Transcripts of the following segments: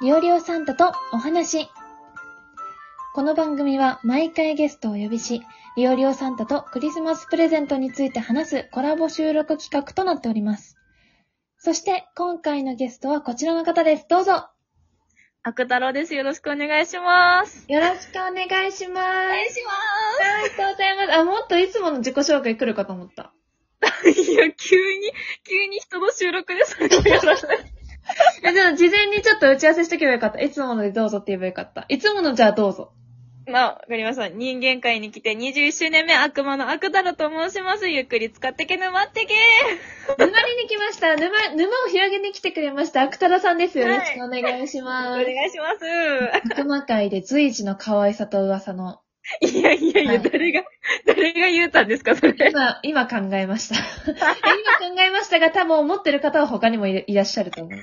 リオリオサンタとお話。この番組は毎回ゲストをお呼びし、リオリオサンタとクリスマスプレゼントについて話すコラボ収録企画となっております。そして今回のゲストはこちらの方です。どうぞ。 アク太郎です。よろしくお願いします。 よろしくお願いします。 お願いしまありがとうございます。あ、もっといつもの自己紹介来るかと思った。 す。いや、急に人の収録でそれをやらない。 じゃあ事前にちょっと打ち合わせしとけばよかった。いつものでどうぞって言えばよかった。いつものじゃあどうぞ。 わかりました。人間界に来て21周年目、悪魔のアク太郎と申します。ゆっくり使ってけ、沼ってけ。 沼りに来ました。沼を広げに来てくれました。アクタラさんです。よろしくお願いします。 お願いします。 悪魔界で随一の可愛さと噂の。 いや、はい、誰が言うたんですか、それ。 今考えました。今考えましたが、多分思ってる方は他にもいらっしゃると思う。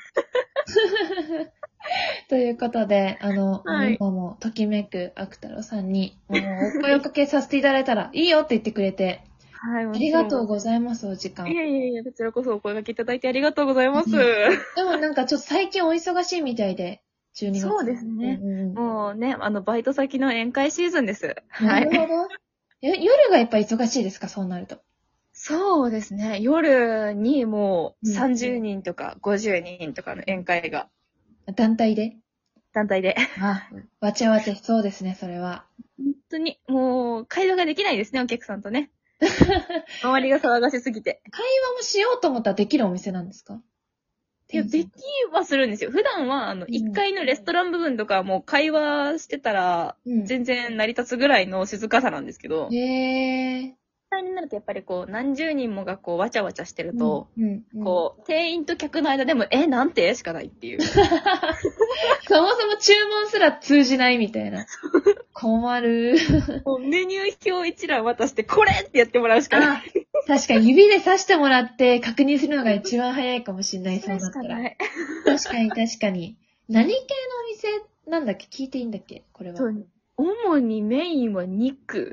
ということで、はい、今もときめくアク太郎さんに、もうお声をかけさせていただいたら、いいよって言ってくれて、はい、ありがとうございます、お時間。 いや、こちらこそお声掛けいただいてありがとうございます。 でもなんかちょっと最近お忙しいみたいで、12月。 そうですね。もうね、バイト先の宴会シーズンです。 なるほど。夜がやっぱ忙しいですか、そうなると。 そうですね。夜にもう30人とか50人とかの宴会が。 団体で。 あ、 わちゃわちゃ、そうですね、それは。 本当に、もう、会話ができないですね、お客さんとね。周りが騒がしすぎて。 会話もしようと思ったらできるお店なんですか？ いや、できはするんですよ。普段は、1階のレストラン部分とかはもう会話してたら、全然成り立つぐらいの静かさなんですけど。 へー。 になるとやっぱりこう何十人もがこうわちゃわちゃしてると、こう店員と客の間でもなんてしかないっていう。そもそも注文すら通じないみたいな。困る。 メニュー表一覧渡してこれってやってもらうしかない。 確かに指で指してもらって確認するのが一番早いかもしれない、そうなったら。確かに。何系のお店なんだっけ？聞いていいんだっけ？これは。 主にメインは肉。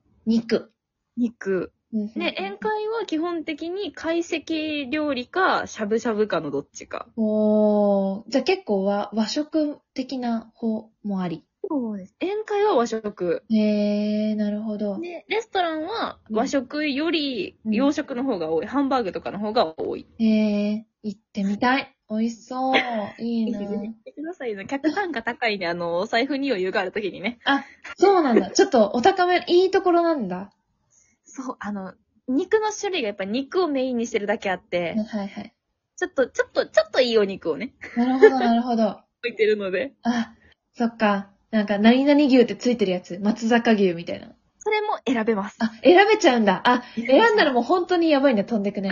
ね、宴会は基本的に懐石料理か、しゃぶしゃぶかのどっちか。 じゃあ結構和食的な方もあり。 そうです。宴会は和食。 なるほど。 で、レストランは和食より洋食の方が多い。ハンバーグとかの方が多い。 行ってみたい。美味しそう。いいな。 行ってくださいね。客単価高いね。お財布に余裕があるときにね。 あ、そうなんだ。ちょっとお高め、いいところなんだ。 そう、肉の種類がやっぱ肉をメインにしてるだけあって。 はい。 ちょっといいお肉をね。 なるほど。 置いてるので。 あ、そっか。なんか、何々牛ってついてるやつ。松坂牛みたいな。 それも選べます。 あ、選べちゃうんだ。あ、選んだらもう本当にやばいね。飛んでくね。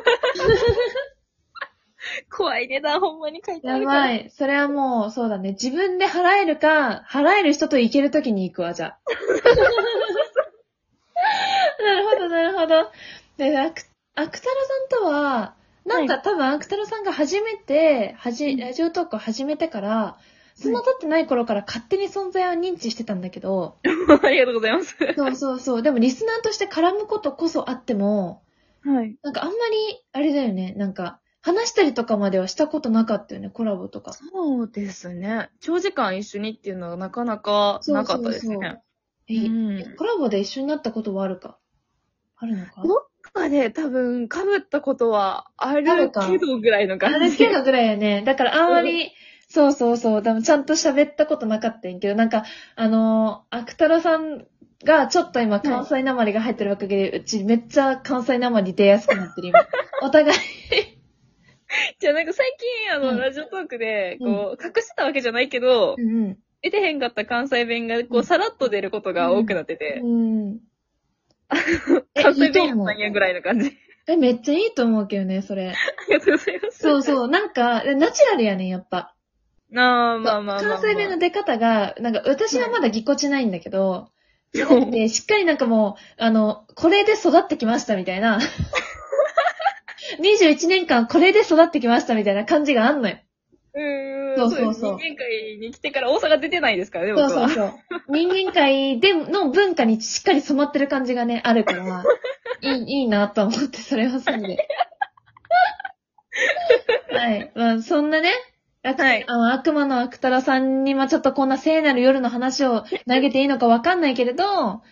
怖い値段ほんまに書いてあるから。 やばい。それはもう、そうだね。自分で払えるか、払える人と行けるときに行くわ、じゃあ。なるほど。で、アクタロさんとは、なんか多分アクタロさんが初めて、ラジオトークを始めてから、そんな経ってない頃から勝手に存在を認知してたんだけど。 ありがとうございます。 そう。でもリスナーとして絡むことこそあっても、なんかあんまり、あれだよね、なんか、話したりとかまではしたことなかったよね、コラボとか。 そうですね。長時間一緒にっていうのはなかなかなかったですね。 コラボで一緒になったことはあるか？あるのか？ どっかで多分被ったことはあるけどぐらいの感じ。 あるけどぐらいやね。だからあんまり、そう。でもちゃんと喋ったことなかったんやけど、なんか、アクタロさんがちょっと今関西訛りが入ってるおかげで、うちめっちゃ関西訛り出やすくなってる今。お互い。 じゃあなんか最近ラジオトークで、こう、隠してたわけじゃないけど、出てへんかった関西弁が、こう、さらっと出ることが多くなってて。関西弁やったんやぐらいの感じ。 めっちゃいいと思うけどね、それ。 ありがとうございます。 そう。なんか、ナチュラルやねん、やっぱ。 まあ。 関西弁の出方が、なんか、私はまだぎこちないんだけど、で、しっかりなんかもう、これで育ってきましたみたいな。21年間これで育ってきましたみたいな感じがあんのよ。そう。 人間界に来てから大阪出てないですからね、僕は。 そう。人間界の文化にしっかり染まってる感じがね、あるから、いいなと思って、それはそれで。はい。まあ、そんなね、 はい。 悪魔のアクタラさんにちょっとこんな聖なる夜の話を投げていいのかわかんないけれど、 はい。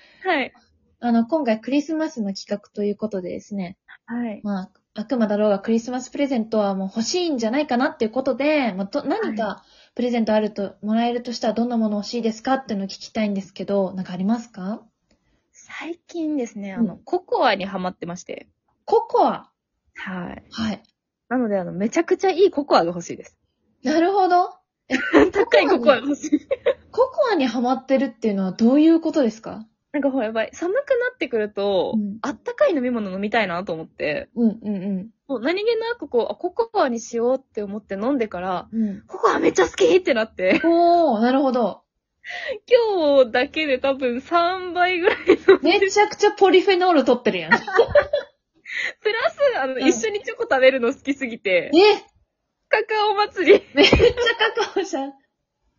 今回クリスマスの企画ということでですね。 はい。 悪魔だろうがクリスマスプレゼントはもう欲しいんじゃないかなっていうことで、何かプレゼントもらえるとしたらどんなもの欲しいですかっていうのを聞きたいんですけど、なんかありますか？ 最近ですね、 うん、 ココアにハマってまして。 ココア。 はい。 はい。 なので、めちゃくちゃいいココアが欲しいです。 なるほど。 高いココアが欲しい。 ココアにハマってるっていうのはどういうことですか？ なんかほら、やっぱり寒くなってくると、あったかい飲み物飲みたいなと思って、もう何気なくココアにしようって思って飲んでから、ココアめっちゃ好きってなって。 なるほど。 今日だけで多分3倍ぐらい飲んで。 めちゃくちゃポリフェノール取ってるやん。プラス、一緒にチョコ食べるの好きすぎて。カカオ祭り。 めっちゃカカオじゃん。確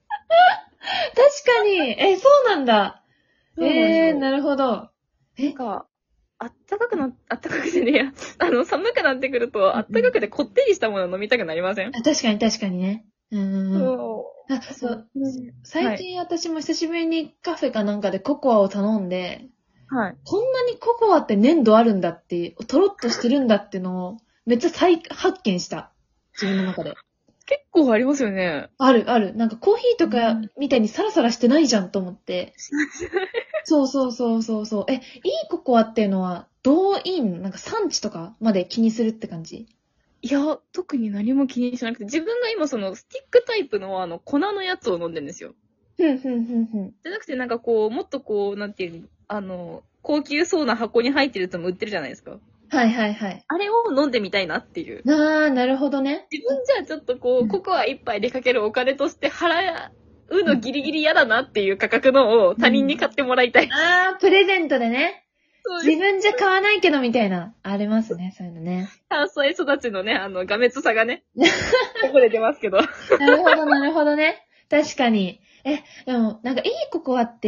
かに。そうなんだ。なるほど。 なんか、あったかくてねや。寒くなってくると、あったかくてこってりしたもの飲みたくなりません？ 確かにね。そう。最近私も久しぶりにカフェかなんかでココアを頼んで、 はい。 こんなにココアって粘度あるんだって、とろっとしてるんだってのを、めっちゃ再発見した。自分の中で。 結構ありますよね。 ある。なんかコーヒーとかみたいにサラサラしてないじゃんと思って。そう。いいココアっていうのは、どういいの？なんか産地とかまで気にするって感じ？ いや、特に何も気にしなくて、自分が今スティックタイプの粉のやつを飲んでるんですよ。 じゃなくてなんかもっとなんていうの、高級そうな箱に入ってるやつも売ってるじゃないですか。 はい。 あれを飲んでみたいなっていう。 なるほどね。 自分じゃちょっとココア一杯でかけるお金として払うのギリギリ嫌だなっていう価格のを他人に買ってもらいたい。 プレゼントでね。自分じゃ買わないけどみたいな。ありますね、そういうのね。 関西育ちのね、がめつさがね、ここで出ますけど。 なるほどね。確かに。でも、なんかいいココアって、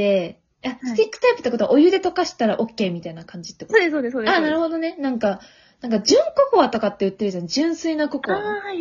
スティックタイプってことはお湯で溶かしたら OK みたいな感じってこと？ そうです。 なるほどね。なんか、純ココアとかって言ってるじゃん。純粋なココア。 はい。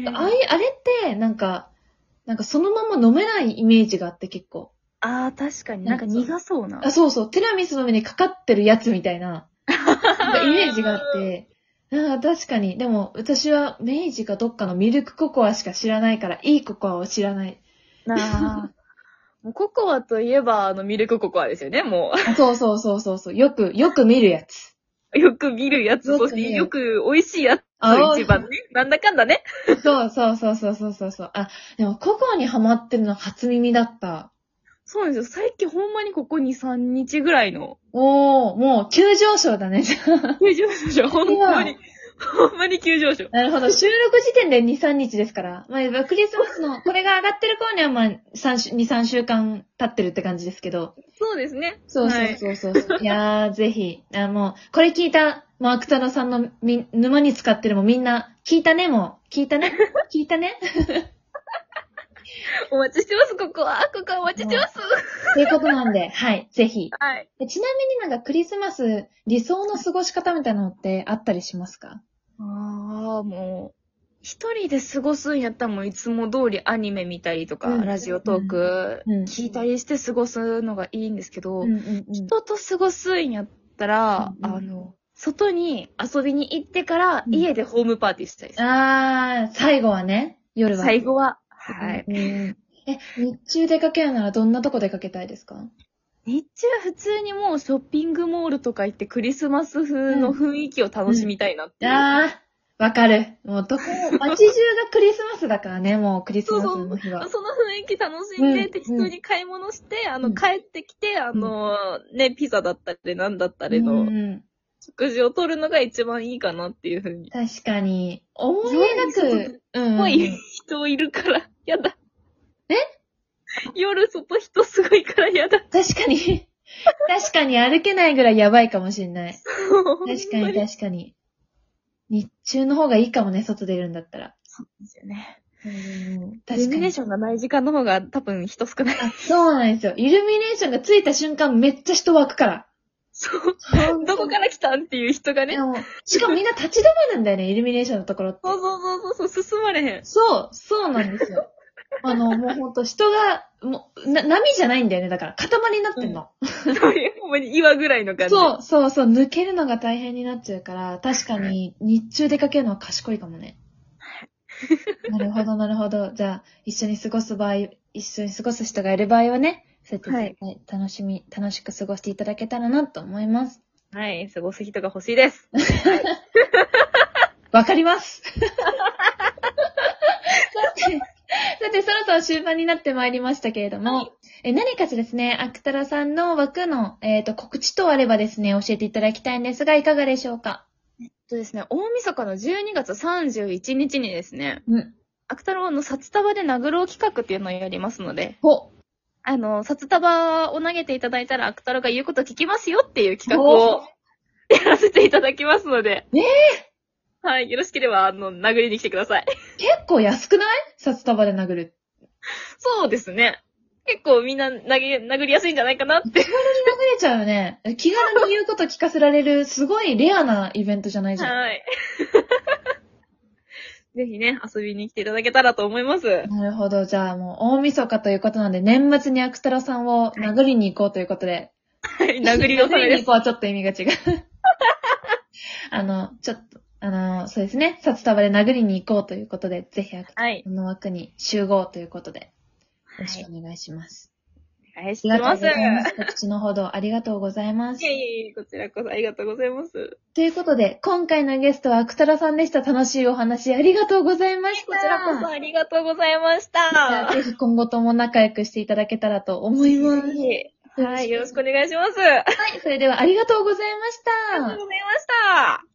あれって、なんかそのまま飲めないイメージがあって結構。 確かに。なんか苦そうな。 そう。ティラミスの上にかかってるやつみたいな、イメージがあって。確かに。でも、私は明治かどっかのミルクココアしか知らないから、いいココアを知らない。 もうココアといえば、ミルクココアですよね、もう。 そう。よく見るやつ。 よく見るやつ、そしてよく美味しいやつが一番ね。なんだかんだね。 そう。でもココアにハマってるの初耳だった。 そうなんですよ。最近ほんまにここ2、3日ぐらいの。 もう急上昇だね。 急上昇、ほんまに急上昇。 なるほど。収録時点で2、3日ですから。クリスマスの、これが上がってる頃には2、3週間経ってるって感じですけど。 そうですね。 そう。いやぜひ。もう、これ聞いた、アクタロさんの沼に使ってるもみんな、聞いたね。聞いたね。 お待ちしてます、ここはお待ちしてます。 ということなんで、はい、ぜひ。 はい。 ちなみになんかクリスマス、理想の過ごし方みたいなのってあったりしますか？ もう、一人で過ごすんやったらもういつも通りアニメ見たりとか、ラジオトーク聞いたりして過ごすのがいいんですけど、人と過ごすんやったら、外に遊びに行ってから家でホームパーティーしたいです。 最後はね、夜は。 最後は。はい。 日中出かけるならどんなとこ出かけたいですか？ 日中は普通にもうショッピングモールとか行ってクリスマス風の雰囲気を楽しみたいなっていう。 わかる。もう街中がクリスマスだからね、もうクリスマスの日は。 その雰囲気楽しんで、適当に買い物して、帰ってきて、ピザだったりなんだったりの、食事を取るのが一番いいかなっていうふうに。 確かに。思い描く。 怖い人いるから、やだ。夜外人すごいからやだ。 確かに歩けないぐらいやばいかもしれない。確かに。日中の方がいいかもね、外出るんだったら。 そうですよね。 確かに。 イルミネーションがない時間の方が多分人少ない。 そうなんですよ。イルミネーションがついた瞬間めっちゃ人湧くから。 そう。どこから来たんっていう人がね。 しかもみんな立ち止まるんだよね、イルミネーションのところって。 そう、進まれへん。 そうなんですよ。もうほんと人が、もう、波じゃないんだよね、だから塊になってんの。 そういう、ほんまに岩ぐらいの感じ。 そう、抜けるのが大変になっちゃうから、確かに日中出かけるのは賢いかもね。なるほど。じゃあ、一緒に過ごす人がいる場合はね、そうやって楽しく過ごしていただけたらなと思います。 はい、過ごす人が欲しいです。 わかります。さて、そろそろ終盤になってまいりましたけれども、何かしですね、アクタラさんの枠の、告知等あればですね、教えていただきたいんですが、いかがでしょうか？ ですね、大晦日の12月31日にですね、アクタロの札束で殴ろう企画っていうのをやりますので、札束を投げていただいたらアクタロが言うこと聞きますよっていう企画をやらせていただきますので、はい、よろしければ、殴りに来てください。 結構安くない？札束で殴る。 そうですね。結構みんな殴りやすいんじゃないかなって。 気軽に殴れちゃうよね。気軽に言うこと聞かせられる、すごいレアなイベントじゃないじゃん。 はい。ぜひね、遊びに来ていただけたらと思います。 なるほど。じゃあもう大晦日ということなんで、年末にアクタラさんを殴りに行こうということで。 はい、殴りをされる。 殴りに行こうはちょっと意味が違う。ちょっと。そうですね。札束で殴りに行こうということで、ぜひ、この枠に集合ということで、よろしくお願いします。 お願いします。 告知のほどありがとうございます。 いえ、こちらこそありがとうございます。 ということで、今回のゲストはアクタラさんでした。楽しいお話ありがとうございました。 こちらこそありがとうございました。 ぜひ今後とも仲良くしていただけたらと思います。 はい、よろしくお願いします。 はい、それではありがとうございました。 ありがとうございました。